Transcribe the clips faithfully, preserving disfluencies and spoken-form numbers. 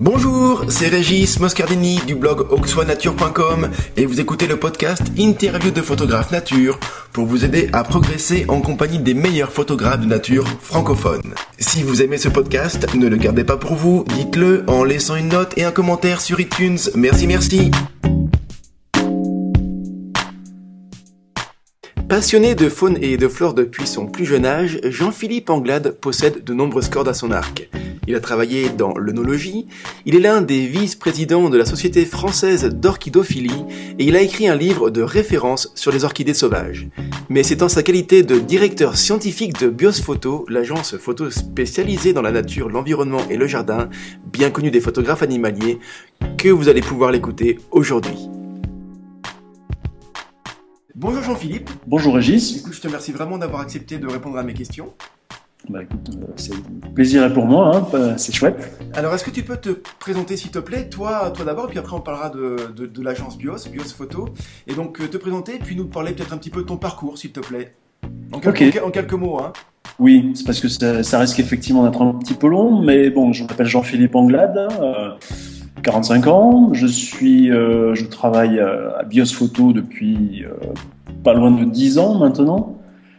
Bonjour, c'est Régis Moscardini du blog auxoisnature point com et vous écoutez le podcast Interview de photographes nature pour vous aider à progresser en compagnie des meilleurs photographes de nature francophones. Si vous aimez ce podcast, ne le gardez pas pour vous, dites-le en laissant une note et un commentaire sur iTunes. Merci, merci. Passionné de faune et de flore depuis son plus jeune âge, Jean-Philippe Anglade possède de nombreuses cordes à son arc. Il a travaillé dans l'œnologie, il est l'un des vice-présidents de la Société française d'orchidophilie et il a écrit un livre de référence sur les orchidées sauvages. Mais c'est en sa qualité de directeur scientifique de Bios-Photo, l'agence photo spécialisée dans la nature, l'environnement et le jardin, bien connue des photographes animaliers, que vous allez pouvoir l'écouter aujourd'hui. Bonjour Jean-Philippe. Bonjour Régis. Écoute, je te remercie vraiment d'avoir accepté de répondre à mes questions. Bah écoute, euh, c'est un plaisir pour moi, hein, c'est chouette. Alors, est-ce que tu peux te présenter s'il te plaît, toi, toi d'abord, puis après on parlera de, de, de l'agence Bios, Bios-Photo, et donc te présenter, puis nous parler peut-être un petit peu de ton parcours, s'il te plaît. En, quel, okay. en, en quelques mots, hein. Oui, c'est parce que ça, ça risque effectivement d'être un petit peu long, mais bon, je m'appelle Jean-Philippe Anglade, euh, quarante-cinq ans, je suis, euh, je travaille à Bios-Photo depuis euh, pas loin de dix ans maintenant.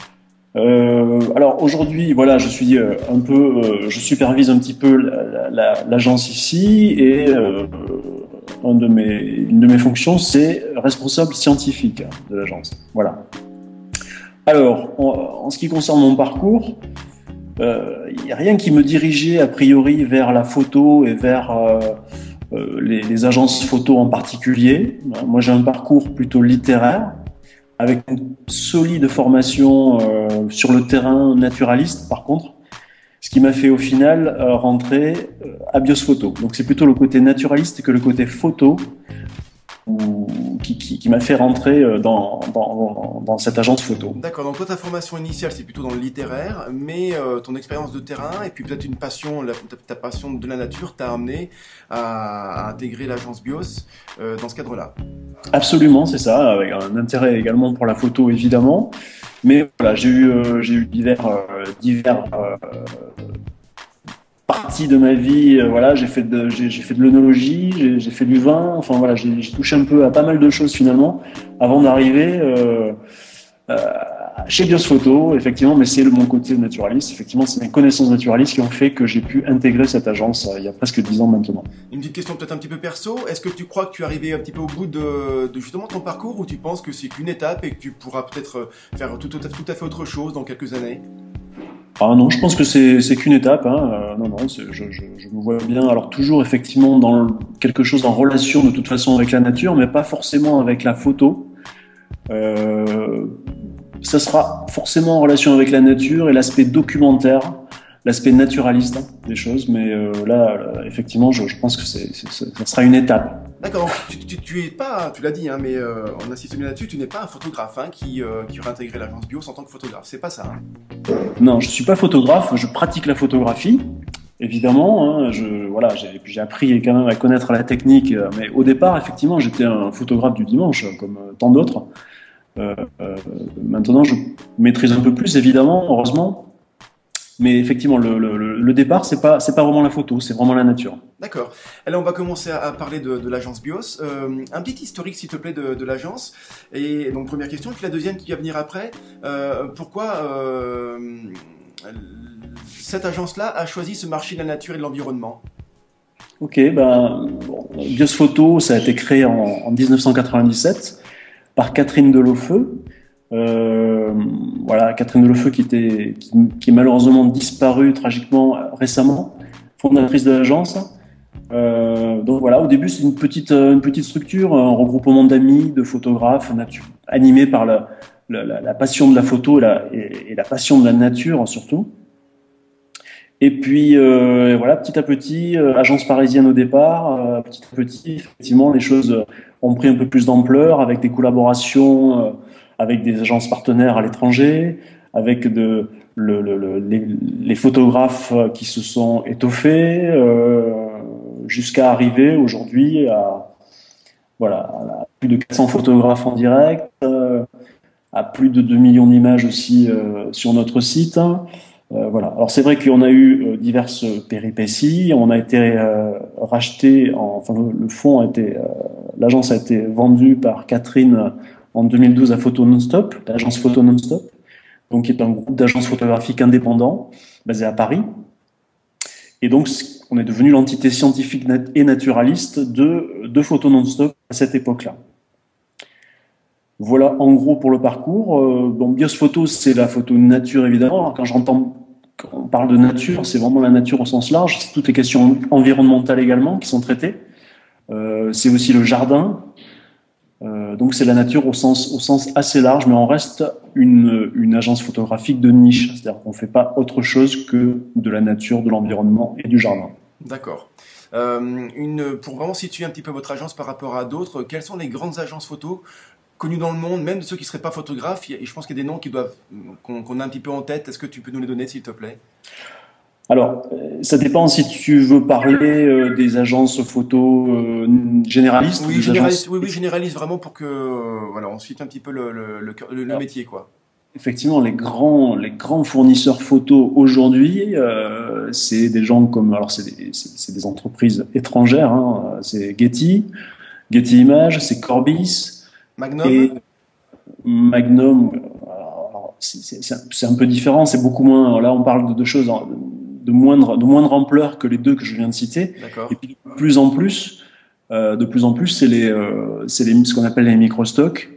Euh, alors aujourd'hui, voilà, je suis euh, un peu, euh, je supervise un petit peu la, la, l'agence ici et euh, un de mes, une de mes fonctions, c'est responsable scientifique de l'agence. Voilà. Alors, en, en ce qui concerne mon parcours, il euh, n'y a rien qui me dirigeait a priori vers la photo et vers euh, euh, les, les agences photo en particulier. Moi, j'ai un parcours plutôt littéraire, avec une solide formation euh, sur le terrain naturaliste, par contre, ce qui m'a fait au final euh, rentrer euh, à Bios-Photo. Donc c'est plutôt le côté naturaliste que le côté photo ou, qui, qui, qui m'a fait rentrer euh, dans, dans, dans cette agence photo. D'accord, donc toi ta formation initiale c'est plutôt dans le littéraire, mais euh, ton expérience de terrain et puis peut-être une passion, la, ta, ta passion de la nature t'a amené à, à intégrer l'agence Bios euh, dans ce cadre-là. Absolument, c'est ça, avec un intérêt également pour la photo évidemment, mais voilà, j'ai eu, euh, j'ai eu divers, euh, divers euh, parties de ma vie, euh, voilà, j'ai fait de, j'ai, j'ai fait de l'œnologie, j'ai, j'ai fait du vin, enfin voilà, j'ai, j'ai touché un peu à pas mal de choses finalement, avant d'arriver euh, euh, chez Bios-Photo, effectivement, mais c'est le, mon côté naturaliste, effectivement, c'est mes connaissances naturalistes qui ont fait que j'ai pu intégrer cette agence euh, il y a presque dix ans maintenant. Une petite question peut-être un petit peu perso, est-ce que tu crois que tu es arrivé un petit peu au bout de, de justement ton parcours ou tu penses que c'est qu'une étape et que tu pourras peut-être faire tout, tout, tout à fait autre chose dans quelques années? Ah non, je pense que c'est, c'est qu'une étape, hein. Euh, non, non, c'est, je, je, je me vois bien, alors toujours effectivement dans le, quelque chose en relation de toute façon avec la nature, mais pas forcément avec la photo. Euh, ça sera forcément en relation avec la nature et l'aspect documentaire, l'aspect naturaliste hein, des choses, mais euh, là, là, effectivement, je, je pense que c'est, c'est, ça sera une étape. D'accord, tu, tu, tu es pas, tu l'as dit, hein, mais euh, on insiste bien là-dessus, tu n'es pas un photographe hein, qui, euh, qui aurait intégré l'agence Bios en tant que photographe, c'est pas ça hein. Non, je suis pas photographe, je pratique la photographie, évidemment, hein, je, voilà, j'ai, j'ai appris quand même à connaître la technique, mais au départ, effectivement, j'étais un photographe du dimanche, comme tant d'autres. Euh, euh, maintenant, je maîtrise un peu plus, évidemment, heureusement. Mais effectivement, le, le, le départ, c'est pas, c'est pas vraiment la photo, c'est vraiment la nature. D'accord. Alors, on va commencer à, à parler de, de l'agence Bios. Euh, un petit historique, s'il te plaît, de, de l'agence. Et donc, première question. Puis la deuxième qui va venir après. Euh, pourquoi euh, cette agence-là a choisi ce marché de la nature et de l'environnement? Ok, ben, bon, Bios-Photo, ça a été créé en, en dix-neuf cent quatre-vingt-dix-sept par Catherine Delofeu. Euh, voilà, Catherine Delofeu qui était, qui, qui est malheureusement disparue tragiquement récemment, fondatrice de l'agence. Euh, donc voilà, au début c'est une petite, une petite structure, un regroupement d'amis, de photographes, natu- animés par la, la, la, la passion de la photo et la, et, et la passion de la nature surtout. Et puis euh, voilà, petit à petit, euh, agence parisienne au départ, euh, petit à petit, effectivement, les choses ont pris un peu plus d'ampleur avec des collaborations. Euh, avec des agences partenaires à l'étranger, avec de, le, le, le, les, les photographes qui se sont étoffés, euh, jusqu'à arriver aujourd'hui à, voilà, à plus de quatre cents photographes en direct, euh, à plus de deux millions d'images aussi euh, sur notre site. Euh, voilà. Alors c'est vrai qu'on a eu euh, diverses péripéties. On a été euh, racheté, en, enfin le, le fonds a été, euh, l'agence a été vendue par Catherine en deux mille douze à Photo Non-Stop, l'agence Photo Non-Stop, donc qui est un groupe d'agences photographiques indépendants basé à Paris. Et donc on est devenu l'entité scientifique nat- et naturaliste de, de Photo Non-Stop à cette époque-là. Voilà en gros pour le parcours. Euh, bon, Bios Photo, c'est la photo nature évidemment. Alors, quand j'entends, quand on parle de nature, c'est vraiment la nature au sens large. C'est toutes les questions environnementales également qui sont traitées. Euh, c'est aussi le jardin. Euh, donc c'est la nature au sens, au sens assez large, mais on reste une, une agence photographique de niche. C'est-à-dire qu'on ne fait pas autre chose que de la nature, de l'environnement et du jardin. D'accord. Euh, une, pour vraiment situer un petit peu votre agence par rapport à d'autres, quelles sont les grandes agences photo connus dans le monde, même ceux qui ne seraient pas photographes, et je pense qu'il y a des noms qui doivent, qu'on, qu'on a un petit peu en tête. Est-ce que tu peux nous les donner, s'il te plaît? Alors, ça dépend si tu veux parler euh, des agences photo euh, généralistes ou Oui, des généraliste, agences... oui, oui, généraliste vraiment pour que, euh, voilà, on suive un petit peu le, le, le, le- le Alors, métier, quoi. effectivement, les grands, les grands fournisseurs photo aujourd'hui, euh, c'est des gens comme... Alors, c'est des, c'est- c'est des entreprises étrangères, hein, c'est Getty, Getty Images, c'est Corbis et Magnum? Magnum. Alors, c'est c'est- c'est un c'est un peu différent, c'est beaucoup moins... Là, on parle de, de choses en- de moindre, de moindre ampleur que les deux que je viens de citer. Et D'accord. puis, de plus en plus, euh, de plus en plus, c'est les, euh, c'est les, ce qu'on appelle les microstocks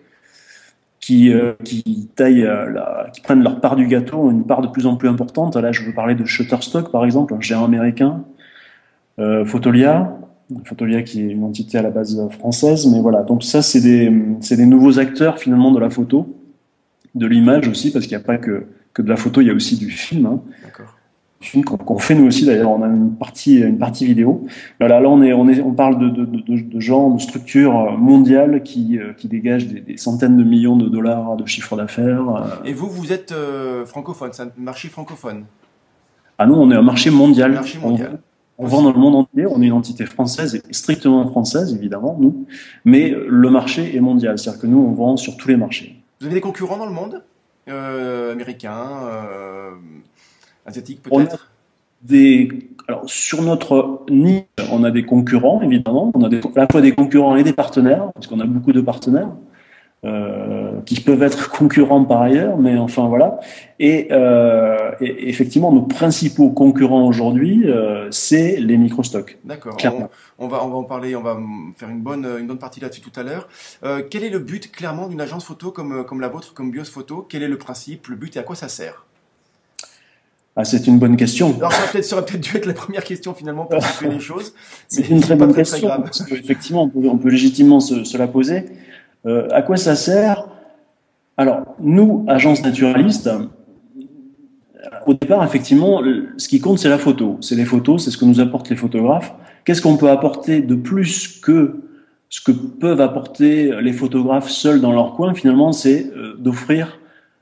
qui, euh, qui taillent, euh, la, qui prennent leur part du gâteau, une part de plus en plus importante. Là, je veux parler de Shutterstock, par exemple, un géant américain, euh, Photolia, Photolia qui est une entité à la base française, mais voilà. Donc ça, c'est des, c'est des nouveaux acteurs finalement de la photo, de l'image aussi, parce qu'il n'y a pas que, que de la photo, il y a aussi du film, hein. D'accord. Film qu'on qu'on fait nous aussi d'ailleurs, on a une partie, une partie vidéo. Voilà, là on est, on est, on parle de, de, de, de gens, de structures mondiales qui, euh, qui dégagent des, des centaines de millions de dollars de chiffre d'affaires. Euh, Et vous, vous êtes euh, francophone, c'est un marché francophone, Ah non, on est un marché mondial. marché On, mondial. on vend dans le monde entier. On est une entité française et strictement française évidemment nous, mais le marché est mondial. C'est-à-dire que nous on vend sur tous les marchés. Vous avez des concurrents dans le monde? Euh, américains, euh, asiatiques On a peut-être? des, alors sur notre niche, on a des concurrents évidemment. On a des, à la fois des concurrents et des partenaires, parce qu'on a beaucoup de partenaires. Euh, qui peuvent être concurrents par ailleurs, mais enfin voilà. Et, euh, et effectivement, nos principaux concurrents aujourd'hui, euh, c'est les microstocks, D'accord. On, clairement. on va, on va en parler, on va mm, faire une bonne, une bonne partie là-dessus tout à l'heure. Euh, quel est le but clairement d'une agence photo comme, euh, comme la vôtre, comme Bios Photo? Quel est le principe, le but et à quoi ça sert? Ah, c'est une bonne question. Alors ça aurait peut-être, ça aurait peut-être dû être la première question finalement pour situer les choses, mais C'est une très c'est pas bonne très très question, grave. parce qu'effectivement, on peut, on peut légitimement se, se la poser. Euh, à quoi ça sert? Alors, nous, agence naturaliste, au départ, effectivement, ce qui compte, c'est la photo. C'est les photos, c'est ce que nous apportent les photographes. Qu'est-ce qu'on peut apporter de plus que ce que peuvent apporter les photographes seuls dans leur coin? Finalement, c'est euh, d'offrir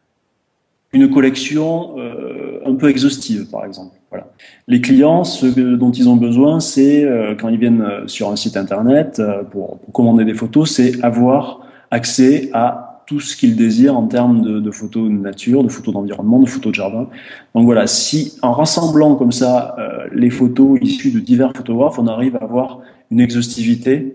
une collection euh, un peu exhaustive, par exemple. Voilà. Les clients, ce dont ils ont besoin, c'est, euh, quand ils viennent sur un site internet euh, pour, pour commander des photos, c'est avoir accès à tout ce qu'ils désirent en termes de, de photos de nature, de photos d'environnement, de photos de jardin. Donc voilà, si en rassemblant comme ça euh, les photos issues de divers photographes, on arrive à avoir une exhaustivité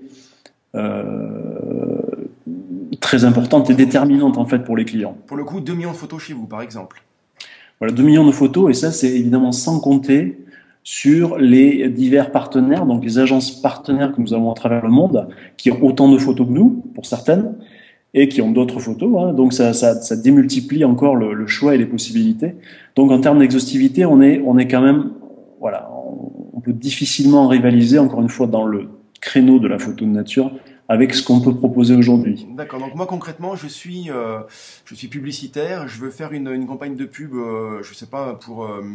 euh, très importante et déterminante en fait pour les clients. Pour le coup, deux millions de photos chez vous par exemple. Voilà, deux millions de photos, et ça, c'est évidemment sans compter sur les divers partenaires, donc les agences partenaires que nous avons à travers le monde, qui ont autant de photos que nous, pour certaines, et qui ont d'autres photos. Hein, donc ça, ça, ça démultiplie encore le, le choix et les possibilités. Donc en termes d'exhaustivité, on est, on est quand même, voilà, on, on peut difficilement rivaliser, encore une fois, dans le créneau de la photo de nature, avec ce qu'on peut proposer aujourd'hui. D'accord. Donc moi concrètement, je suis, euh, je suis publicitaire. Je veux faire une, une campagne de pub. Euh, je sais pas pour. Euh,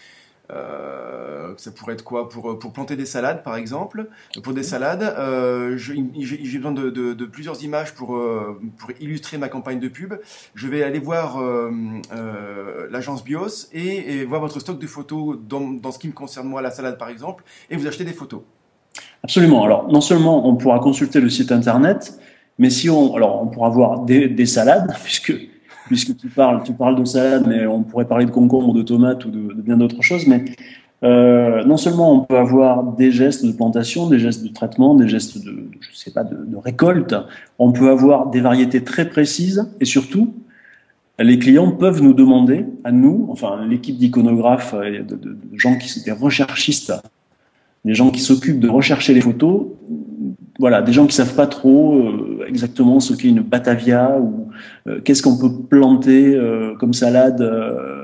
euh, ça pourrait être quoi pour, pour planter des salades, par exemple. Pour des salades, euh, je- j'ai j'ai besoin de, de- de plusieurs images pour, euh, pour illustrer ma campagne de pub. Je vais aller voir euh, euh, l'agence Bios et, et voir votre stock de photos dans, dans ce qui me concerne moi, la salade par exemple, et vous achetez des photos. Absolument. Alors, non seulement on pourra consulter le site internet, mais si on, alors on pourra voir des, des salades, puisque puisque tu parles, tu parles de salade, mais on pourrait parler de concombre, de tomates ou de, de bien d'autres choses. Mais euh, non seulement on peut avoir des gestes de plantation, des gestes de traitement, des gestes de, de je sais pas, de, de récolte, on peut avoir des variétés très précises et surtout, les clients peuvent nous demander, à nous, enfin l'équipe d'iconographes, et de, de, de gens qui sont des recherchistes, des gens qui s'occupent de rechercher les photos, voilà, des gens qui savent pas trop euh, exactement ce qu'est une Batavia ou euh, qu'est-ce qu'on peut planter euh, comme salade euh,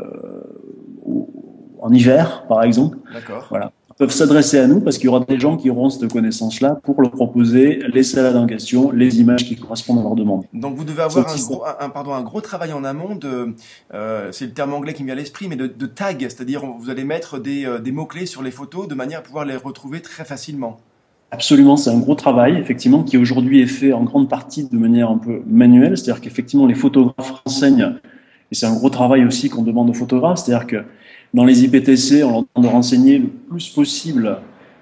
en hiver, par exemple. D'accord. Voilà. Ils peuvent s'adresser à nous parce qu'il y aura des gens qui auront cette connaissance-là pour leur proposer les salades en question, les images qui correspondent à leurs demandes. Donc vous devez avoir un gros, un, pardon, un gros travail en amont de, euh, c'est le terme anglais qui me vient à l'esprit, mais de, de tag, c'est-à-dire vous allez mettre des, euh, des mots-clés sur les photos de manière à pouvoir les retrouver très facilement. Absolument, c'est un gros travail, effectivement, qui aujourd'hui est fait en grande partie de manière un peu manuelle, c'est-à-dire qu'effectivement les photographes renseignent, et c'est un gros travail aussi qu'on demande aux photographes, c'est-à-dire que dans les I P T C, on leur demande de renseigner le plus possible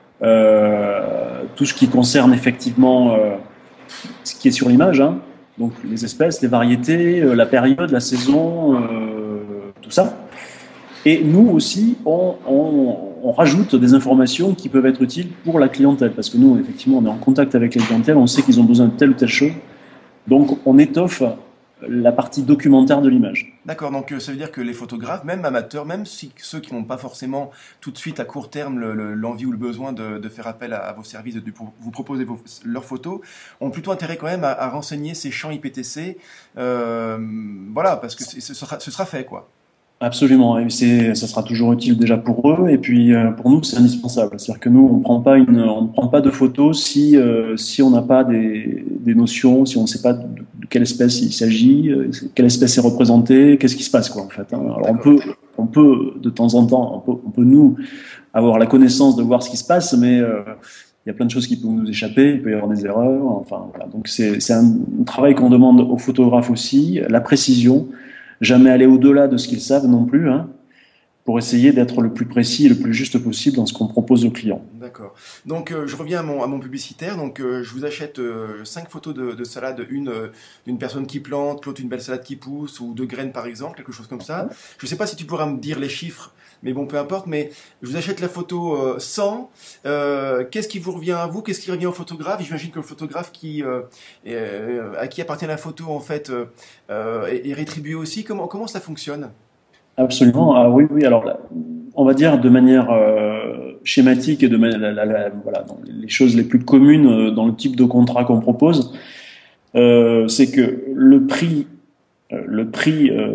euh, tout ce qui concerne effectivement euh, ce qui est sur l'image, hein, donc les espèces, les variétés, euh, la période, la saison, euh, tout ça. Et nous aussi, on, on, on rajoute des informations qui peuvent être utiles pour la clientèle, parce que nous, effectivement, on est en contact avec les clientèles, on sait qu'ils ont besoin de telle ou telle chose, donc on étoffe la partie documentaire de l'image. D'accord, donc ça veut dire que les photographes, même amateurs, même si, ceux qui n'ont pas forcément tout de suite à court terme l'envie le, le, ou le besoin de, de faire appel à, à vos services, de, de vous proposer vos, leurs photos, ont plutôt intérêt quand même à, à renseigner ces champs I P T C, euh, voilà, parce que ce sera, ce sera fait, quoi. Absolument, et c'est, ça sera toujours utile déjà pour eux, et puis euh, pour nous c'est indispensable. C'est-à-dire que nous on prend pas une, on ne prend pas de photos si euh, si on n'a pas des, des notions, si on ne sait pas de, de quelle espèce il s'agit, euh, quelle espèce est représentée, qu'est-ce qui se passe quoi en fait. Hein. Alors on peut, on peut de temps en temps, on peut, on peut nous avoir la connaissance de voir ce qui se passe, mais euh, il y a plein de choses qui peuvent nous échapper, il peut y avoir des erreurs, enfin voilà. Donc c'est, c'est un travail qu'on demande aux photographes aussi, la précision. Jamais aller au-delà de ce qu'ils savent non plus, hein, pour essayer d'être le plus précis et le plus juste possible dans ce qu'on propose aux clients. D'accord. Donc euh, je reviens à mon, à mon publicitaire. Donc euh, je vous achète euh, cinq photos de, de salade, une euh, d'une personne qui plante, l'autre une belle salade qui pousse, ou deux graines par exemple, quelque chose comme ça. Je ne sais pas si tu pourras me dire les chiffres, mais bon, peu importe. Mais je vous achète la photo euh, cent. Euh, qu'est-ce qui vous revient à vous? Qu'est-ce qui revient au photographe? J'imagine que le photographe qui, euh, euh, à qui appartient la photo en fait euh, est, est rétribué aussi. Comment, comment ça fonctionne? Absolument. Ah oui, oui. Alors, là, on va dire de manière euh, schématique et de manière, la, la, la, voilà, dans les choses les plus communes euh, dans le type de contrat qu'on propose, euh, c'est que le prix, euh, le prix, euh,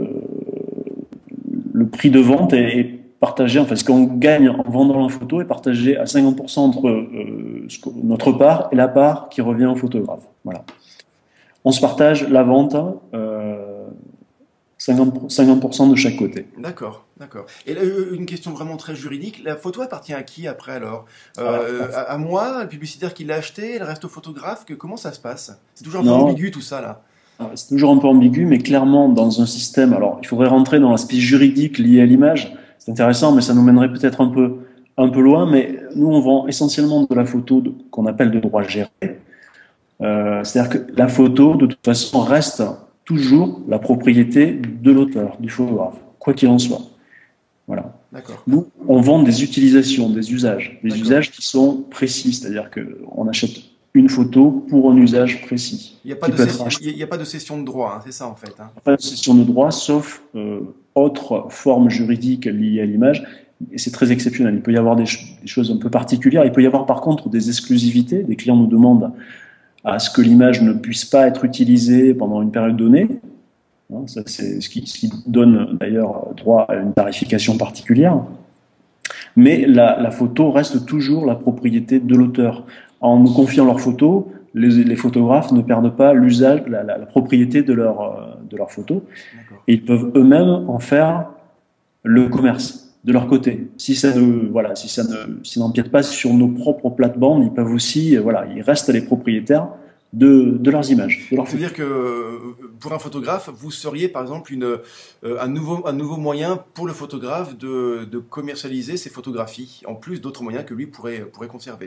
le prix de vente est, est partagé. Enfin, ce qu'on gagne en vendant la photo est partagé à cinquante pour cent entre euh, ce que, notre part et la part qui revient au photographe. Voilà. On se partage la vente. Euh, cinquante pour cent de chaque côté. D'accord, d'accord. Et là, une question vraiment très juridique, la photo appartient à qui après alors euh, à, à moi, le publicitaire qui l'a acheté, elle reste au photographe, que, comment ça se passe? C'est toujours un peu ambigu tout ça là. C'est toujours un peu ambigu, mais clairement dans un système, alors il faudrait rentrer dans l'aspect juridique lié à l'image, c'est intéressant, mais ça nous mènerait peut-être un peu, un peu loin, mais nous on vend essentiellement de la photo de, qu'on appelle de droit géré. Euh, c'est-à-dire que la photo, de toute façon, reste toujours la propriété de l'auteur, du photographe, quoi qu'il en soit. Voilà. D'accord. Nous, on vend des utilisations, des usages, des usages qui sont précis, c'est-à-dire qu'on achète une photo pour un usage précis. Il n'y a, a pas de cession de droit, hein, c'est ça en fait. Hein. Il n'y a pas de cession de droit, sauf euh, autre forme juridique liée à l'image, et c'est très exceptionnel. Il peut y avoir des, ch des choses un peu particulières, il peut y avoir par contre des exclusivités, des clients nous demandent à ce que l'image ne puisse pas être utilisée pendant une période donnée. Ça, c'est ce qui, ce qui donne d'ailleurs droit à une tarification particulière. Mais la, la photo reste toujours la propriété de l'auteur. En nous confiant leurs photos, les, les photographes ne perdent pas l'usage, la, la, la propriété de leurs de leurs photos. Et ils peuvent eux-mêmes en faire le commerce de leur côté. Si ça ne, voilà, si ça ne, si n'empiète pas sur nos propres plates-bandes, ils peuvent aussi, voilà, ils restent les propriétaires de, de leurs images. C'est-à-dire que pour un photographe, vous seriez par exemple une, euh, un, nouveau, un nouveau moyen pour le photographe de, de commercialiser ses photographies, en plus d'autres moyens que lui pourrait, pourrait conserver.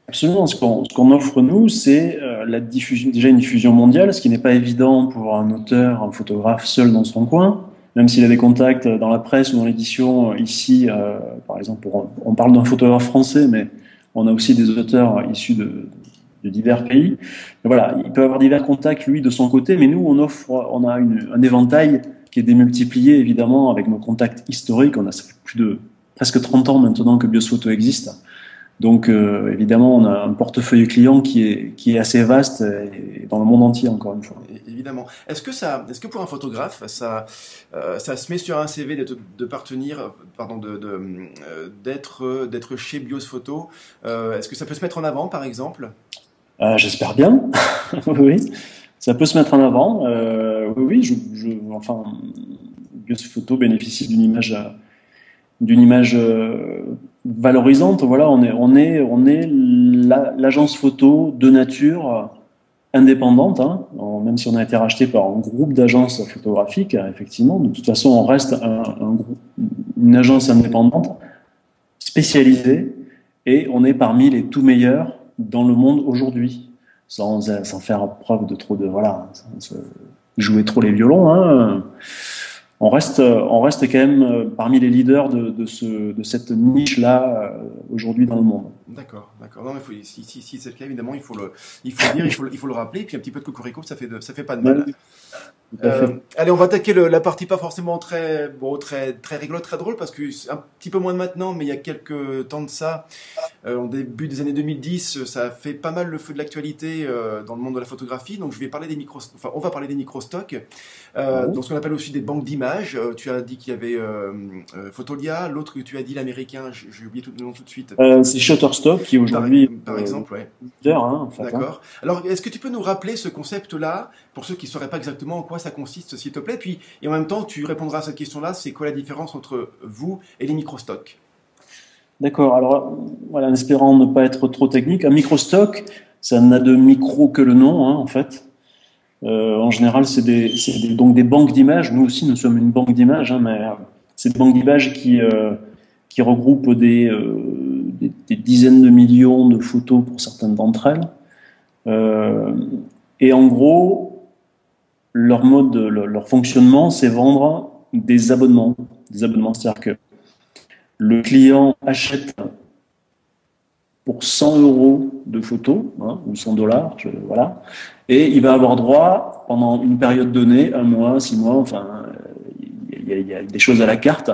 Absolument. Ce qu'on ce qu'on offre, nous, c'est euh, la diffusion, déjà une diffusion mondiale, ce qui n'est pas évident pour un auteur, un photographe seul dans son coin, même s'il a des contacts dans la presse ou dans l'édition. euh, Ici, euh, par exemple, pour- on parle d'un photographe français, mais on a aussi des auteurs issus de, de divers pays. Mais voilà, il peut avoir divers contacts, lui, de son côté, mais nous, on offre, on a une, un éventail qui est démultiplié, évidemment, avec nos contacts historiques. On a ça fait plus de presque trente ans maintenant que Bios Photo existe. Donc, euh, évidemment, on a un portefeuille client qui est, qui est assez vaste et dans le monde entier, encore une fois. É- Évidemment. Est-ce que ça, est-ce que pour un photographe, ça, euh, ça se met sur un C V d'être, de partenir, pardon, de, de, euh, d'être, euh, d'être chez Bios Photo. Euh, est-ce que ça peut se mettre en avant, par exemple? Euh, j'espère bien. Oui, oui. Ça peut se mettre en avant. Euh, oui, oui, je, je, enfin, Bios Photo bénéficie d'une image, euh, d'une image euh, valorisante. Voilà, on est, on est, on est la- l'agence photo de nature euh, indépendante, hein. En- même si on a été racheté par un groupe d'agences photographiques, euh, effectivement. De toute façon, on reste un, un groupe, une agence indépendante spécialisée et on est parmi les tout meilleurs dans le monde aujourd'hui, sans, euh, sans faire preuve de trop de voilà, sans se jouer trop les violons, hein. On reste, on reste quand même euh, parmi les leaders de, de, ce, de cette niche-là euh, aujourd'hui dans le monde. D'accord, d'accord. Non, mais faut, si, si, si c'est le cas, évidemment, il faut le, il faut le dire, il faut, le- il faut le rappeler. Et puis un petit peu de cocorico, ça fait, de, ça fait pas de mal. Oui, tout à Euh, fait. allez, on va attaquer le- la partie pas forcément très, bon, très, très rigolote, très drôle, parce que c'est un petit peu moins de maintenant, mais il y a quelques temps de ça, euh, en début des années deux mille dix, ça a fait pas mal le feu de l'actualité euh, dans le monde de la photographie. Donc je vais parler des micro, enfin, on va parler des microstocks, euh, Oui. dans ce qu'on appelle aussi des banques d'images. Euh, tu as dit qu'il y avait euh, euh, Photolia, l'autre que tu as dit, l'américain, j'ai j'ai oublié tout le nom tout de suite. Euh, c'est Shutterstock qui est Par, aujourd'hui par euh, exemple, ouais. leader, hein, en fait, hein. D'accord. Alors, est-ce que tu peux nous rappeler ce concept-là, pour ceux qui ne sauraient pas exactement en quoi ça consiste, s'il te plaît? Puis, et en même temps, tu répondras à cette question-là, c'est quoi la différence entre vous et les microstocks? D'accord. Alors, voilà, en espérant ne pas être trop technique, un microstock, ça n'a de micro que le nom, hein, en fait. Euh, en général, c'est des, c'est des- donc des banques d'images. Nous aussi, nous sommes une banque d'images, hein, mais euh, c'est des banques d'images qui, euh, qui regroupent des, euh, des, des dizaines de millions de photos pour certaines d'entre elles. Euh, et en gros, leur mode, leur, leur fonctionnement, c'est vendre des abonnements. Des abonnements, c'est-à-dire que le client achète pour cent euros de photos, hein, ou cent dollars, je- voilà, et il va avoir droit pendant une période donnée, un mois, six mois, enfin, il y, a- il y a des choses à la carte,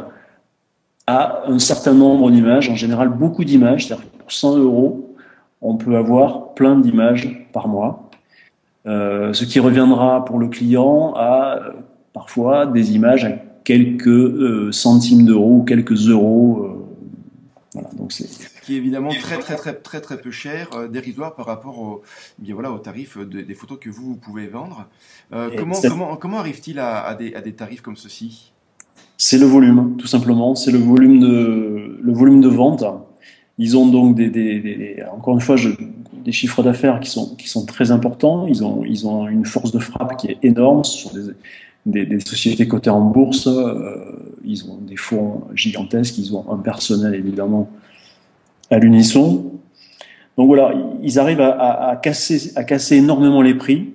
à un certain nombre d'images, en général beaucoup d'images, c'est-à-dire que pour cent euros, on peut avoir plein d'images par mois, euh, ce qui reviendra pour le client à euh, parfois des images à quelques euh, centimes d'euros ou quelques euros. Euh, voilà, donc c'est Ce qui est évidemment très, très, très, très, très peu cher, euh, dérisoire par rapport au, eh bien voilà, au tarif de- des photos que vous, vous pouvez vendre. Euh, et comment, c'est comment, comment arrive-t-il à, à des, à des tarifs comme ceci? c'est le volume, tout simplement. C'est le volume de le volume de vente. Ils ont donc des, des, des- des- encore une fois je- des chiffres d'affaires qui sont qui sont très importants. Ils ont ils ont une force de frappe qui est énorme. Ce sont des des, des sociétés cotées en bourse. Euh, ils ont des fonds gigantesques. Ils ont un personnel évidemment à l'unisson. Donc voilà, ils arrivent à, à, à casser à casser énormément les prix.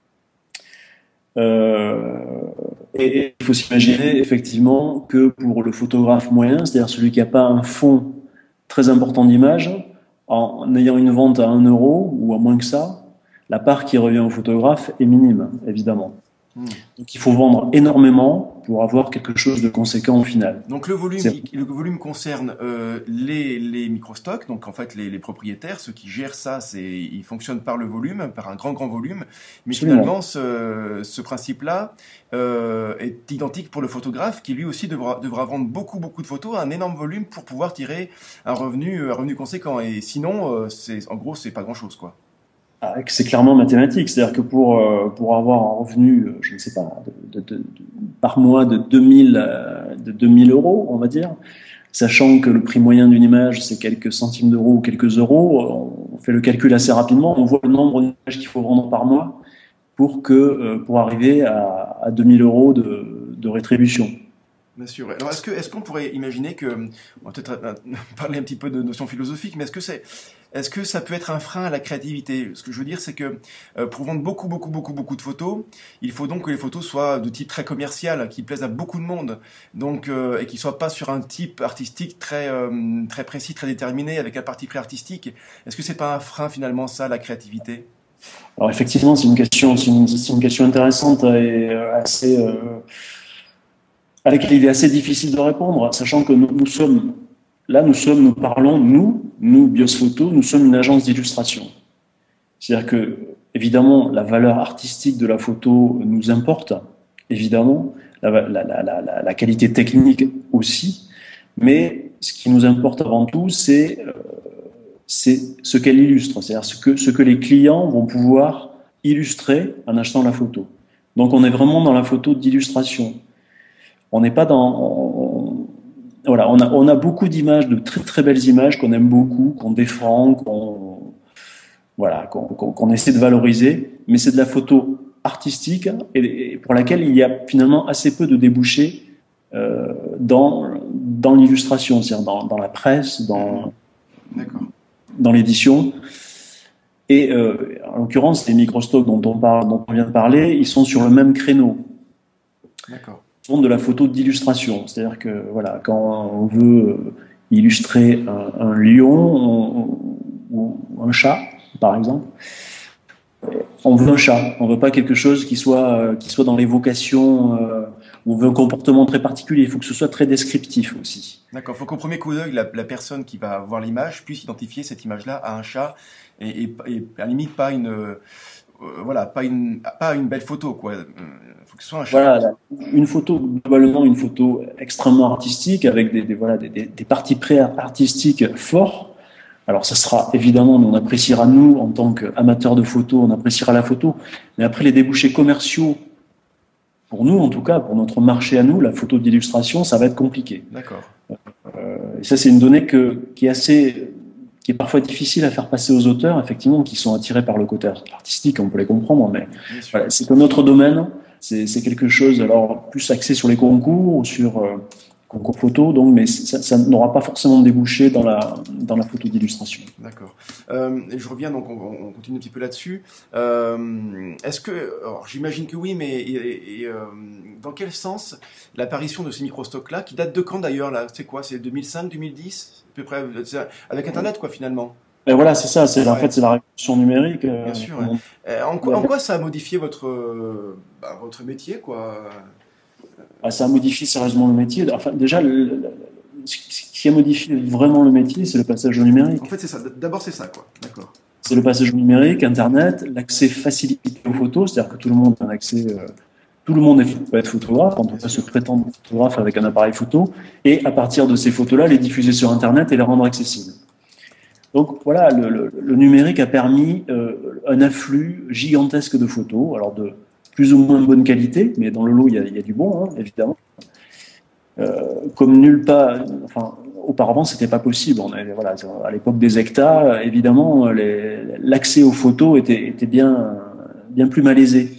Euh, et il faut s'imaginer effectivement que pour le photographe moyen, c'est-à-dire celui qui n'a pas un fonds très important d'images, en ayant une vente à un euro ou à moins que ça, la part qui revient au photographe est minime, évidemment. Hmm. Donc il faut vendre énormément pour avoir quelque chose de conséquent au final. Donc le volume, C'est il- le volume concerne euh, les, les microstocks, donc en fait les, les propriétaires, ceux qui gèrent ça, c'est ils fonctionnent par le volume, par un grand grand volume. Mais absolument. finalement, ce, ce principe-là euh, est identique pour le photographe, qui lui aussi devra, devra vendre beaucoup beaucoup de photos à un énorme volume pour pouvoir tirer un revenu un revenu conséquent. Et sinon, euh, c'est en gros, c'est pas grand-chose quoi. Ah, c'est clairement mathématique, c'est-à-dire que pour euh, pour avoir un revenu, euh, je ne sais pas, de, de, de, de- par mois de deux mille euh, de deux mille euros, on va dire, sachant que le prix moyen d'une image c'est quelques centimes d'euros ou quelques euros, on fait le calcul assez rapidement, on voit le nombre d'images qu'il faut vendre par mois pour que euh, pour arriver à, à deux mille euros de, de rétribution. Bien sûr. Alors, est-ce que, est-ce qu'on pourrait imaginer que, on va peut-être euh, parler un petit peu de notions philosophiques, mais est-ce que c'est, est-ce que ça peut être un frein à la créativité? Ce que je veux dire, c'est que euh, pour vendre beaucoup, beaucoup, beaucoup, beaucoup de photos, il faut donc que les photos soient de type très commercial, qui plaisent à beaucoup de monde, donc euh, et qui soient pas sur un type artistique très, euh, très précis, très déterminé, avec un parti pris artistique. Est-ce que c'est pas un frein finalement ça, la créativité? Alors effectivement, c'est une question, c'est une, c'est une question intéressante et euh, assez, euh, à laquelle il est assez difficile de répondre, sachant que nous, nous sommes, là, nous sommes, nous parlons, nous, nous, Bios Photo, nous sommes une agence d'illustration. C'est-à-dire que, évidemment, la valeur artistique de la photo nous importe, évidemment, la, la, la, la, la qualité technique aussi, mais ce qui nous importe avant tout, c'est euh, c'est ce qu'elle illustre, c'est-à-dire ce que, ce que les clients vont pouvoir illustrer en achetant la photo. Donc on est vraiment dans la photo d'illustration. On n'est pas dans... On, voilà, on a, on a beaucoup d'images, de très très belles images qu'on aime beaucoup, qu'on défend, qu'on voilà, qu'on, qu'on, qu'on essaie de valoriser, mais c'est de la photo artistique et, et pour laquelle il y a finalement assez peu de débouchés euh, dans, dans l'illustration, c'est-à-dire dans, dans la presse, dans... D'accord. dans l'édition. Et euh, en l'occurrence, les microstocks dont on, parle, dont on vient de parler, ils sont sur le même créneau. D'accord. Ils font de la photo d'illustration. C'est-à-dire que voilà, quand on veut illustrer un, un lion ou un chat, par exemple, on veut un chat. On ne veut pas quelque chose qui soit, qui soit dans l'évocation, euh, on veut un comportement très particulier. Il faut que ce soit très descriptif aussi. D'accord. Il faut qu'au premier coup d'œil, la, la personne qui va voir l'image puisse identifier cette image-là à un chat et, et, et à la limite pas une, euh, voilà, pas une, pas une belle photo, quoi. Il faut que ce soit un chat. Voilà, une photo, globalement une photo extrêmement artistique avec des, des voilà, des, des, des parties pré-artistiques forts. Alors ça sera évidemment, on appréciera nous en tant qu'amateurs de photo, on appréciera la photo, mais après les débouchés commerciaux, pour nous en tout cas, pour notre marché à nous, la photo d'illustration, ça va être compliqué. D'accord. Euh, et ça c'est une donnée que, qui est assez, qui est parfois difficile à faire passer aux auteurs, effectivement, qui sont attirés par le côté artistique, on peut les comprendre, mais voilà, c'est un autre domaine, c'est, c'est quelque chose alors plus axé sur les concours ou sur euh, concours photo, donc, mais ça, ça n'aura pas forcément débouché dans la, dans la photo d'illustration. D'accord. Euh, et je reviens, donc on, on continue un petit peu là-dessus. Euh, est-ce que, alors j'imagine que oui, mais et, et, euh, dans quel sens l'apparition de ces microstocks-là, qui datent de quand d'ailleurs là? C'est quoi? C'est deux mille cinq, deux mille dix à peu près, avec Internet quoi finalement? Et voilà, c'est ça, c'est, ouais. En fait c'est la révolution numérique. Euh, Bien sûr. Ouais. Euh, en, quoi, en quoi ça a modifié votre, euh, bah, votre métier quoi? Ça a modifié sérieusement le métier. Enfin, déjà, le, le, ce qui a modifié vraiment le métier, c'est le passage au numérique. En fait, c'est ça. D'abord, c'est ça, quoi. D'accord. C'est le passage au numérique, Internet, l'accès facilité aux photos, c'est-à-dire que tout le monde a un accès, euh, tout le monde peut être photographe, on peut se prétendre photographe avec un appareil photo, et à partir de ces photos-là, les diffuser sur Internet et les rendre accessibles. Donc voilà, le, le, le numérique a permis euh, un afflux gigantesque de photos, alors de plus ou moins bonne qualité, mais dans le lot, il y a, il y a du bon, hein, évidemment. Euh, comme nulle part, enfin, auparavant, c'était pas possible. On avait, voilà, à l'époque des hectares, évidemment, les, l'accès aux photos était, était bien, bien plus malaisé.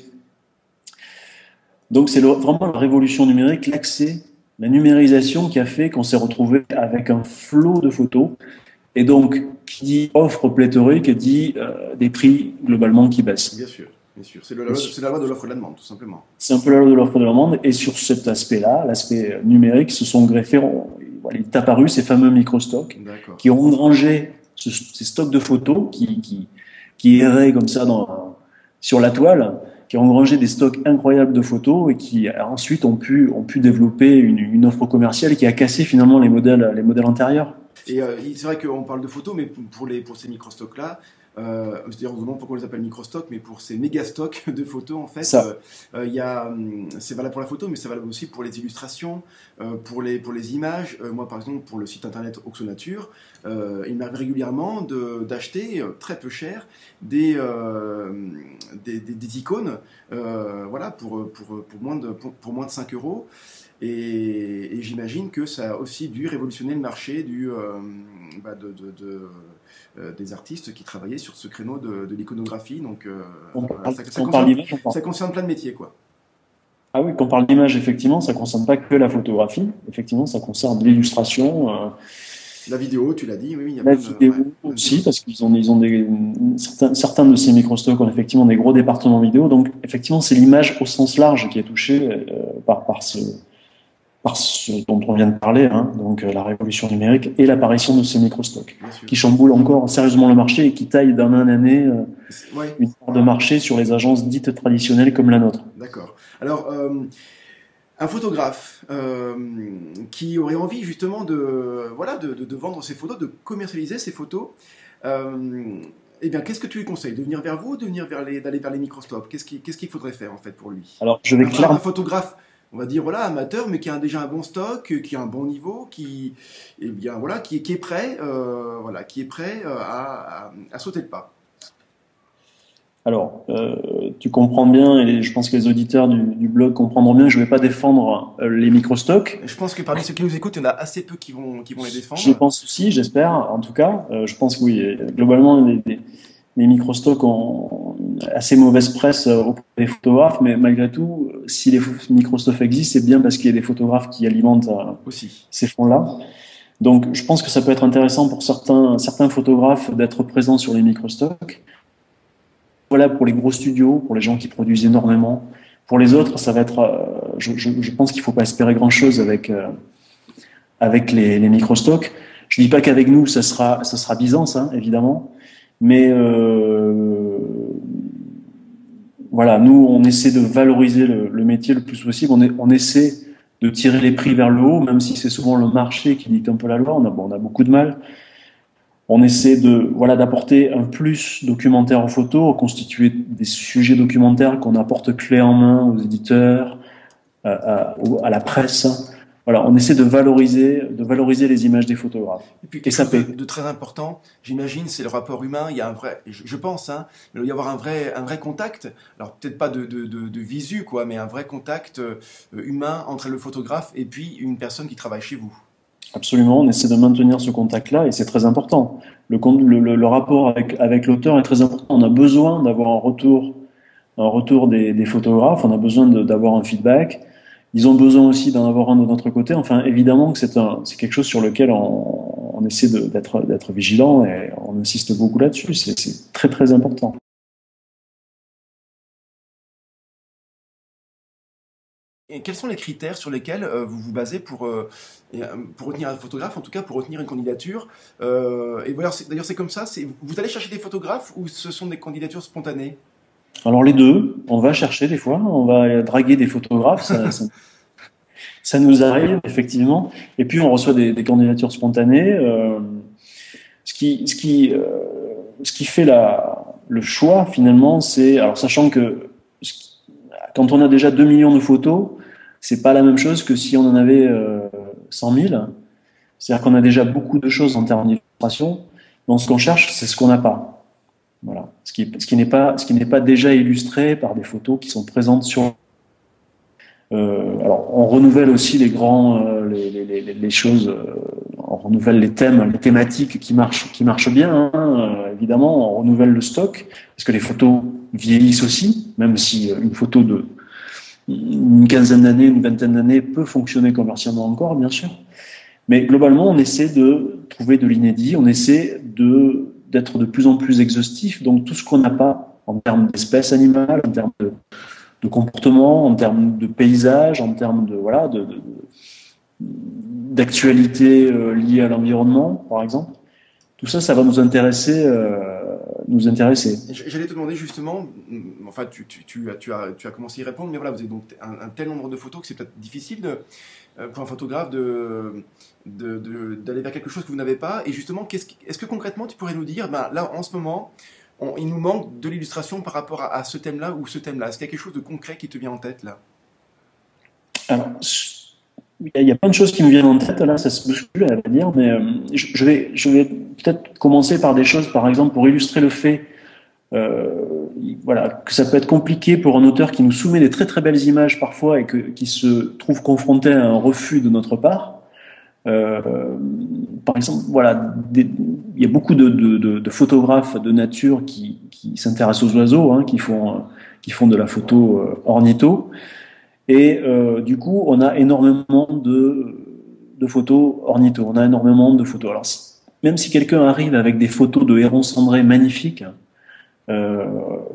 Donc, c'est le, vraiment la révolution numérique, l'accès, la numérisation qui a fait qu'on s'est retrouvé avec un flot de photos. Et donc, qui dit offre pléthorique, dit euh, des prix globalement qui baissent. Bien sûr. Bien sûr, c'est, le, la, c'est la loi de l'offre et de la demande, tout simplement. C'est un peu la loi de l'offre et de la demande, et sur cet aspect-là, l'aspect numérique, se sont greffés, on, il est apparu ces fameux microstocks D'accord. qui ont engrangé ce, ces stocks de photos qui, qui, qui erraient comme ça dans, sur la toile, qui ont engrangé des stocks incroyables de photos et qui ensuite ont pu, ont pu développer une, une offre commerciale qui a cassé finalement les modèles, les modèles antérieurs. Et euh, c'est vrai qu'on parle de photos, mais pour, les, pour ces microstocks-là, Euh, c'est-à-dire, on se demande pourquoi on les appelle microstocks, mais pour ces méga stocks de photos, en fait, euh, euh, y a, c'est valable pour la photo, mais c'est valable aussi pour les illustrations, euh, pour, les, pour les images. Euh, moi, par exemple, pour le site internet Oxonature, euh, il m'arrive régulièrement de, d'acheter euh, très peu cher des, euh, des, des, des icônes, euh, voilà, pour, pour, pour, moins de, pour, pour moins de cinq euros. Et, et j'imagine que ça a aussi dû révolutionner le marché du, euh, bah de, de, de, euh, des artistes qui travaillaient sur ce créneau de, de l'iconographie. Donc, euh, on voilà, parle, ça, ça, on concerne, parle ça concerne plein de métiers, quoi. Ah oui, quand on parle d'image, effectivement, ça concerne pas que la photographie. Effectivement, ça concerne l'illustration, euh, La vidéo, tu l'as dit, oui, il y a la plein de, vidéo ouais, plein de aussi, choses. parce qu'ils ont, ils ont des, certains, certains de ces microstocks ont effectivement des gros départements vidéo. Donc, effectivement, c'est l'image au sens large qui est touchée euh, par, par ce, par ce dont on vient de parler, hein, donc euh, la révolution numérique et l'apparition de ces microstocks, Bien sûr. qui chamboulent encore sérieusement le marché et qui taillent d'un an en année euh, Oui, une part de marché sur les agences dites traditionnelles comme la nôtre. d'accord. Alors, euh, un photographe euh, qui aurait envie justement de, voilà, de, de- de vendre ses photos, de commercialiser ses photos, euh, eh bien, qu'est-ce que tu lui conseilles? De venir vers vous ou de venir vers les, d'aller vers les microscopes? Qu'est-ce qu'il qu'est-ce qu'il faudrait faire en fait pour lui? Alors, je vais Un, un- un clairement photographe, on va dire voilà, amateur, mais qui a déjà un bon stock, qui a un bon niveau, qui, eh bien, voilà, qui, qui est prêt, euh, voilà, qui est prêt euh, à, à- à sauter le pas. Alors, euh, tu comprends bien, et je pense que les auditeurs du, du blog comprendront bien que je ne vais pas défendre euh, les microstocks. Je pense que parmi ceux qui nous écoutent, il y en a assez peu qui vont, qui vont les Je défendre. pense aussi, j'espère, en tout cas. Euh, je pense que oui, euh, globalement, les, les, les microstocks ont assez mauvaise presse euh, auprès des photographes, mais malgré tout, euh, si les pho- microstocks existent, c'est bien parce qu'il y a des photographes qui alimentent euh, Aussi. ces fonds-là. Donc, je pense que ça peut être intéressant pour certains, certains photographes d'être présents sur les microstocks. Voilà, pour les gros studios, pour les gens qui produisent énormément. Pour les autres, ça va être. Euh, je, je, je pense qu'il ne faut pas espérer grand-chose avec euh, avec les, les microstocks. Je dis pas qu'avec nous, ça sera ça sera Byzance, hein, évidemment, mais euh, voilà, nous, on essaie de valoriser le, le métier le plus possible. On, est, on essaie de tirer les prix vers le haut, même si c'est souvent le marché qui dicte un peu la loi. On a, bon, on a beaucoup de mal. On essaie de voilà d'apporter un plus documentaire en photo, constituer des sujets documentaires qu'on apporte clé en main aux éditeurs, à, à, à la presse. Voilà, on essaie de valoriser, de valoriser les images des photographes. Et puis Et quelque ça chose de, paie. de très important, j'imagine, c'est le rapport humain. Il y a un vrai, je, je pense, hein, il doit y avoir un vrai, un vrai contact. Alors peut-être pas de, de, de, de visu, quoi, mais un vrai contact euh, humain entre le photographe et puis une personne qui travaille chez vous. Absolument, on essaie de maintenir ce contact-là et c'est très important. Le, le, le, le rapport avec, avec l'auteur est très important. On a besoin d'avoir un retour, un retour des, des photographes, on a besoin d'avoir un feedback. Ils ont besoin aussi d'en avoir un de notre côté. Enfin, évidemment que c'est c'est quelque chose sur lequel on, on essaie d'être d'être vigilant et on insiste beaucoup là-dessus. C'est très très important. Et quels sont les critères sur lesquels euh, vous vous basez pour, euh, et, euh, pour retenir un photographe, en tout cas pour retenir une candidature euh, Et voilà, c'est- d'ailleurs c'est comme ça, c'est- vous allez chercher des photographes ou ce sont des candidatures spontanées? Alors les deux, on va chercher des fois, on va draguer des photographes, ça, ça, ça nous arrive effectivement. Et puis on reçoit des, des candidatures spontanées. Euh, ce qui, ce qui, euh, ce qui fait la, le choix finalement, c'est alors sachant que ce qui- quand on a déjà deux millions de photos, c'est pas la même chose que si on en avait euh, cent mille. C'est-à-dire qu'on a déjà beaucoup de choses en termes d'illustration. Donc ce qu'on cherche, c'est ce qu'on n'a pas. Voilà. Ce qui, ce qui n'est pas, ce qui n'est pas déjà illustré par des photos qui sont présentes sur. Euh, alors, on renouvelle aussi les grands, euh, les, les, les, les choses. Euh, on renouvelle les thèmes, les thématiques qui marchent, qui marchent bien. Hein, euh, évidemment, on renouvelle le stock parce que les photos vieillissent aussi, même si euh, une photo de une quinzaine d'années, une vingtaine d'années peut fonctionner commercialement encore, bien sûr. Mais globalement, on essaie de trouver de l'inédit, on essaie de d'être de plus en plus exhaustif. Donc tout ce qu'on n'a pas en termes d'espèces animales, en termes de, de comportement, en termes de paysage, en termes de voilà de, de, d'actualité euh, liée à l'environnement, par exemple. Tout ça, ça va nous intéresser, euh, nous intéresser. J'allais te demander justement, mm, enfin tu, tu, tu, as, tu, as, tu as commencé à y répondre, mais voilà, vous avez donc un, un tel nombre de photos que c'est peut-être difficile de, euh, pour un photographe de, de, de, d'aller vers quelque chose que vous n'avez pas. Et justement, qu'est-ce, est-ce que concrètement tu pourrais nous dire, ben, là en ce moment, on, il nous manque de l'illustration par rapport à, à ce thème-là ou ce thème-là. Est-ce qu'il y a quelque chose de concret qui te vient en tête là? Alors, il y a plein de choses qui me viennent en tête, là, ça se bouscule, à dire, mais euh, je, je vais, je vais peut-être commencer par des choses, par exemple, pour illustrer le fait euh, voilà, que ça peut être compliqué pour un auteur qui nous soumet des très très belles images parfois et que, qui se trouve confronté à un refus de notre part. Euh, par exemple, voilà, des, il y a beaucoup de, de, de, de photographes de nature qui, qui s'intéressent aux oiseaux, hein, qui font, qui font de la photo euh, ornitho. Et euh, du coup, on a énormément de, de photos ornithos. On a énormément de photos. Alors, si, même si quelqu'un arrive avec des photos de hérons cendrés magnifiques, euh,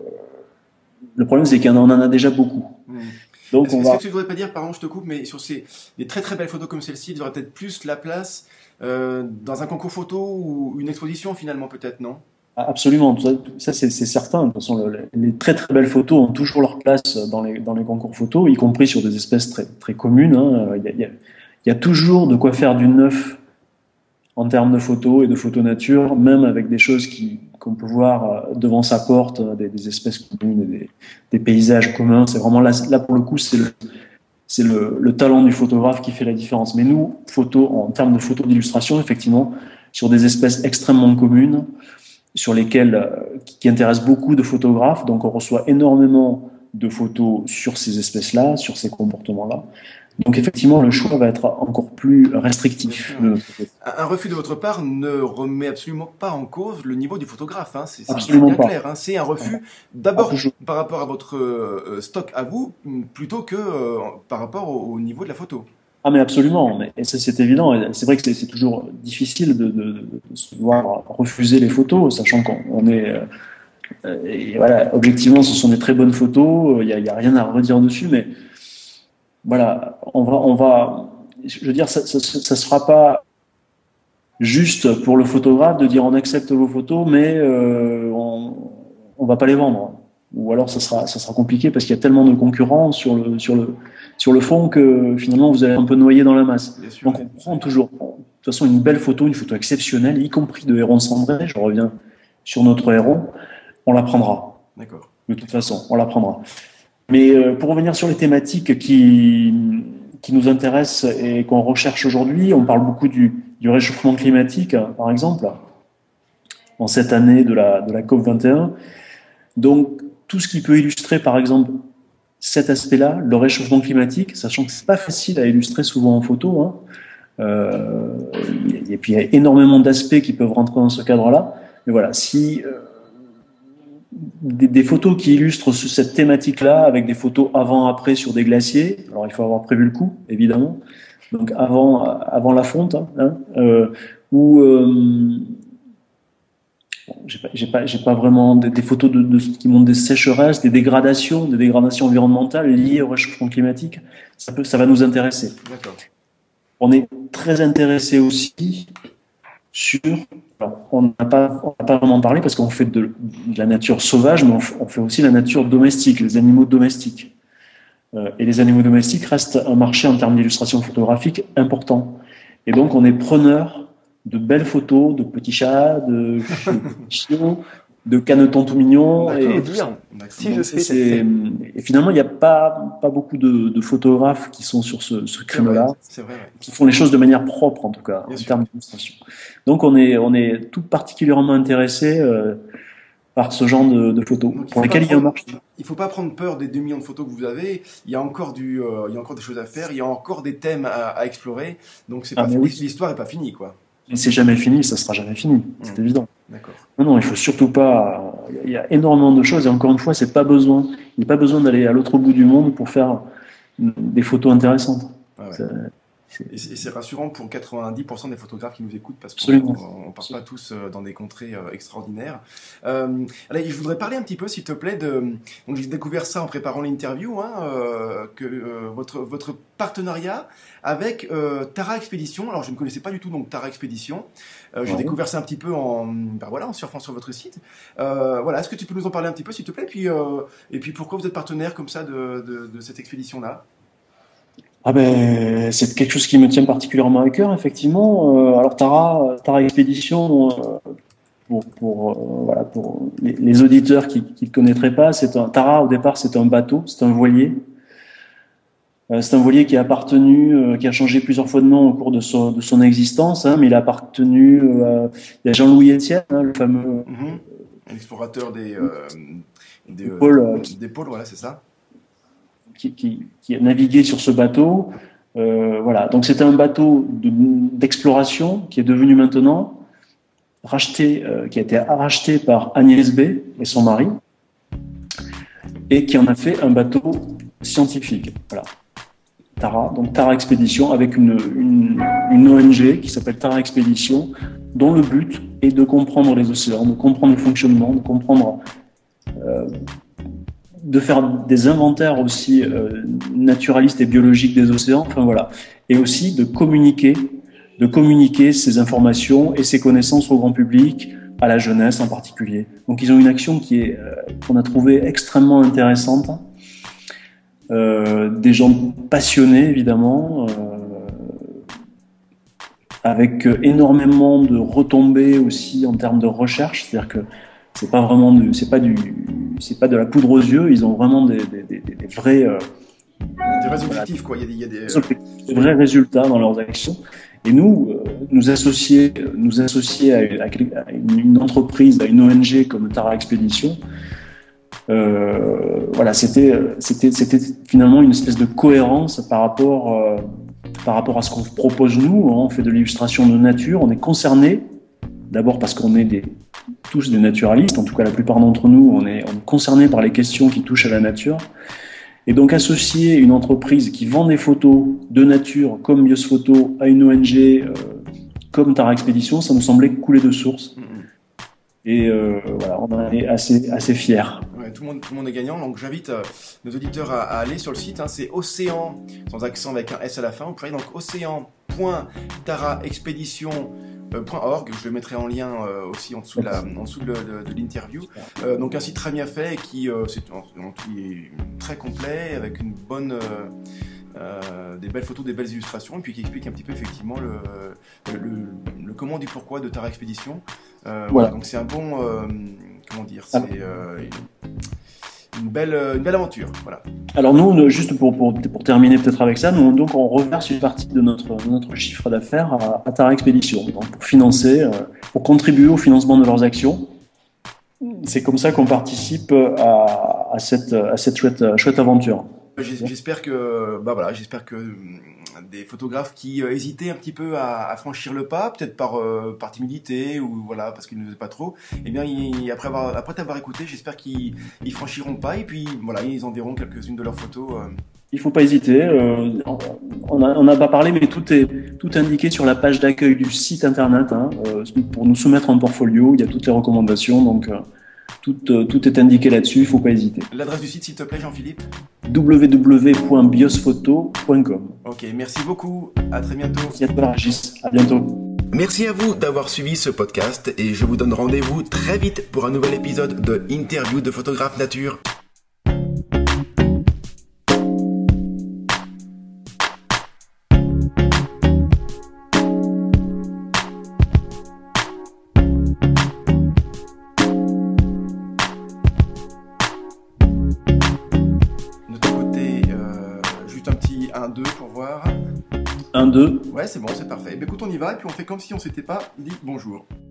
le problème, c'est qu'on en a déjà beaucoup. Mmh. Donc, est-ce, on est-ce va... que tu ne voudrais pas dire, pardon, je te coupe, mais sur ces des très très belles photos comme celle-ci, il y aurait peut-être plus la place euh, dans un concours photo ou une exposition finalement, peut-être, non? Absolument, ça c'est, c'est certain. De toute façon, le, les très très belles photos ont toujours leur place dans les, dans les concours photos, y compris sur des espèces très, très communes. Hein. Il y a, il y a, il y a toujours de quoi faire du neuf en termes de photos et de photos nature, même avec des choses qui, qu'on peut voir devant sa porte, des, des espèces communes, des, des paysages communs. C'est vraiment là, là pour le coup, c'est le, c'est le, le talent du photographe qui fait la différence. Mais nous, photos, en termes de photos d'illustration, effectivement, sur des espèces extrêmement communes, sur lesquels, qui intéressent beaucoup de photographes. Donc, on reçoit énormément de photos sur ces espèces-là, sur ces comportements-là. Donc, effectivement, le choix va être encore plus restrictif. De notre côté. Un refus de votre part ne remet absolument pas en cause le niveau du photographe. Hein. C'est, c'est Absolument bien pas. clair. Hein. C'est un refus d'abord par rapport à votre euh, stock à vous, plutôt que euh, par rapport au, au niveau de la photo. Ah mais absolument, mais, et ça c'est évident. C'est vrai que c'est, c'est toujours difficile de, de, de, de se voir refuser les photos, sachant qu'on on est, euh, et voilà, objectivement, ce sont des très bonnes photos. Il y a, il y a rien à redire dessus, mais voilà, on va, on va, je veux dire, ça, ça, ça sera pas juste pour le photographe de dire on accepte vos photos, mais euh, on, on va pas les vendre. Ou alors ça sera, ça sera compliqué parce qu'il y a tellement de concurrents sur le, sur le, sur le fond que finalement vous allez un peu noyer dans la masse. Bien sûr, donc on prend toujours, de toute façon, une belle photo, une photo exceptionnelle, y compris de héron cendré. Je reviens sur notre héron, on la prendra. D'accord. De toute façon, on la prendra. Mais euh, pour revenir sur les thématiques qui, qui nous intéressent et qu'on recherche aujourd'hui, on parle beaucoup du, du réchauffement climatique, par exemple, en cette année de la, de la COP vingt et un. Donc, tout ce qui peut illustrer, par exemple, cet aspect-là, le réchauffement climatique, sachant que c'est pas facile à illustrer souvent en photo, hein. Euh, et puis il y a énormément d'aspects qui peuvent rentrer dans ce cadre-là. Mais voilà, si euh, des, des photos qui illustrent cette thématique-là, avec des photos avant-après sur des glaciers, alors il faut avoir prévu le coup, évidemment. Donc avant, avant la fonte, hein, euh, ou euh, j'ai pas, j'ai pas, j'ai pas vraiment des, des photos de, de, qui montrent des sécheresses, des dégradations, des dégradations environnementales liées au réchauffement climatique. Ça peut, ça va nous intéresser. D'accord. On est très intéressé aussi sur. Alors, on n'a pas, on n'a pas vraiment parlé parce qu'on fait de, de la nature sauvage, mais on, on fait aussi la nature domestique, les animaux domestiques. Euh, et les animaux domestiques restent un marché en termes d'illustration photographique important. Et donc, on est preneur de belles photos de petits chats, de chiots, de canetons tout mignons. Et, bien. Si je sais, c'est... et finalement, il n'y a pas, pas beaucoup de, de photographes qui sont sur ce, ce créneau-là, c'est vrai, ouais. qui font les choses de manière propre, en tout cas, Bien en sûr. termes d'illustration. Donc, on est, on est tout particulièrement intéressé euh, par ce genre de, de photos, Donc, pour lesquelles il y a un marché. Il ne faut pas prendre peur des deux millions de photos que vous avez. Il y a encore du, euh, il y a encore des choses à faire. Il y a encore des thèmes à, à explorer. Donc, c'est Ah, pas mais fini. oui. L'histoire n'est pas finie, quoi. Et c'est jamais fini, ça sera jamais fini, c'est Mmh. évident. D'accord. Non, non, il faut surtout pas. Il y a énormément de choses et encore une fois, c'est pas besoin. Il n'y a pas besoin d'aller à l'autre bout du monde pour faire des photos intéressantes. Ah ouais. C'est- Et c'est, et c'est rassurant pour quatre-vingt-dix pour cent des photographes qui nous écoutent parce qu'on Absolument. ne part pas tous euh, dans des contrées euh, extraordinaires. Euh, allez, je voudrais parler un petit peu, s'il te plaît, de. Donc, j'ai découvert ça en préparant l'interview, hein, euh, que euh, votre, votre partenariat avec euh, Tara Expédition. Alors, je ne connaissais pas du tout donc Tara Expédition. Euh, j'ai Ouais. découvert ça un petit peu en, ben voilà, en surfant sur votre site. Euh, voilà, est-ce que tu peux nous en parler un petit peu, s'il te plaît, puis, euh, et puis pourquoi vous êtes partenaire comme ça de, de, de cette expédition-là? Ah ben, c'est quelque chose qui me tient particulièrement à cœur, effectivement. Euh, alors Tara, Tara Expédition, euh, pour, pour, euh, voilà, pour les, les auditeurs qui ne connaîtraient pas, c'est un Tara au départ c'est un bateau, c'est un voilier. Euh, c'est un voilier qui a appartenu, euh, qui a changé plusieurs fois de nom au cours de son, de son existence, hein, mais il a appartenu euh, il y a Jean-Louis Etienne, hein, le fameux Mhm. Un explorateur des, euh, des, euh, pôles, euh, des pôles, voilà, c'est ça. qui, qui, qui a navigué sur ce bateau. Euh, voilà. Donc c'était un bateau de, d'exploration qui est devenu maintenant racheté, euh, qui a été racheté par Agnès B et son mari, et qui en a fait un bateau scientifique. Voilà. Tara, donc Tara Expédition, avec une, une, une O N G qui s'appelle Tara Expédition, dont le but est de comprendre les océans, de comprendre le fonctionnement, de comprendre, euh, de faire des inventaires aussi euh, naturalistes et biologiques des océans, enfin voilà, et aussi de communiquer, de communiquer ces informations et ces connaissances au grand public, à la jeunesse en particulier. Donc ils ont une action qui est euh, qu'on a trouvée extrêmement intéressante. Euh, des gens passionnés évidemment, euh, avec énormément de retombées aussi en termes de recherche, c'est-à-dire que c'est pas vraiment du, c'est pas du, c'est pas de la poudre aux yeux, ils ont vraiment des, des, des, des vrais, euh, des vrais objectifs quoi. Il y a des, il y a des, des vrais résultats dans leurs actions. Et nous, euh, nous associer, nous associer à, à une, une entreprise, à une O N G comme Tara Expédition. Euh, voilà, c'était, c'était, c'était finalement une espèce de cohérence par rapport, euh, par rapport à ce qu'on propose nous. On fait de l'illustration de nature, on est concerné, d'abord parce qu'on est des, tous des naturalistes, en tout cas la plupart d'entre nous, on est, on est concernés par les questions qui touchent à la nature. Et donc associer une entreprise qui vend des photos de nature comme Bios Photo à une O N G euh, comme Tara Expédition, ça nous semblait couler de source. Et euh, voilà, on en est assez, assez fiers. Ouais, tout, le monde, tout le monde est gagnant, donc j'invite euh, nos auditeurs à, à aller sur le site, hein, c'est Océan, sans accent avec un S à la fin, vous pouvez donc océan point tara expédition point org, je le mettrai en lien euh, aussi en dessous de, la, en dessous de, de, de l'interview. Euh, donc un site très bien fait, qui euh, c'est, en, en tout est très complet, avec une bonne... Euh, Euh, des belles photos, des belles illustrations, et puis qui explique un petit peu effectivement le, le, le, le comment du pourquoi de Tara Expédition. Euh, voilà. Voilà, donc c'est un bon, euh, comment dire, c'est euh, une, une belle, une belle aventure. Voilà. Alors nous, juste pour, pour, pour terminer peut-être avec ça, nous donc on reverse une partie de notre, de notre chiffre d'affaires à, à Tara Expédition, donc pour financer, euh, pour contribuer au financement de leurs actions. C'est comme ça qu'on participe à, à cette, à cette chouette, chouette aventure. J'espère que, bah voilà, j'espère que des photographes qui euh, hésitaient un petit peu à, à franchir le pas, peut-être par, euh, par timidité ou voilà parce qu'ils ne faisaient pas trop, et eh bien ils, après avoir, après t'avoir écouté, j'espère qu'ils ils franchiront le pas et puis voilà ils enverront quelques-unes de leurs photos. Euh. Il faut pas hésiter. Euh, on a, on n'a pas parlé, mais tout est tout indiqué sur la page d'accueil du site internet hein, euh, pour nous soumettre un portfolio. Il y a toutes les recommandations donc. Euh, Tout, euh, tout est indiqué là-dessus, il ne faut pas hésiter. L'adresse du site, s'il te plaît, Jean-Philippe ? w w w point biosphoto point com. Ok, merci beaucoup. À très bientôt. Merci à toi, Régis. À bientôt. Merci à vous d'avoir suivi ce podcast et je vous donne rendez-vous très vite pour un nouvel épisode de Interview de photographe nature. un deux pour voir. un deux. Ouais, c'est bon, c'est parfait. Ben, écoute, on y va et puis on fait comme si on s'était pas dit bonjour.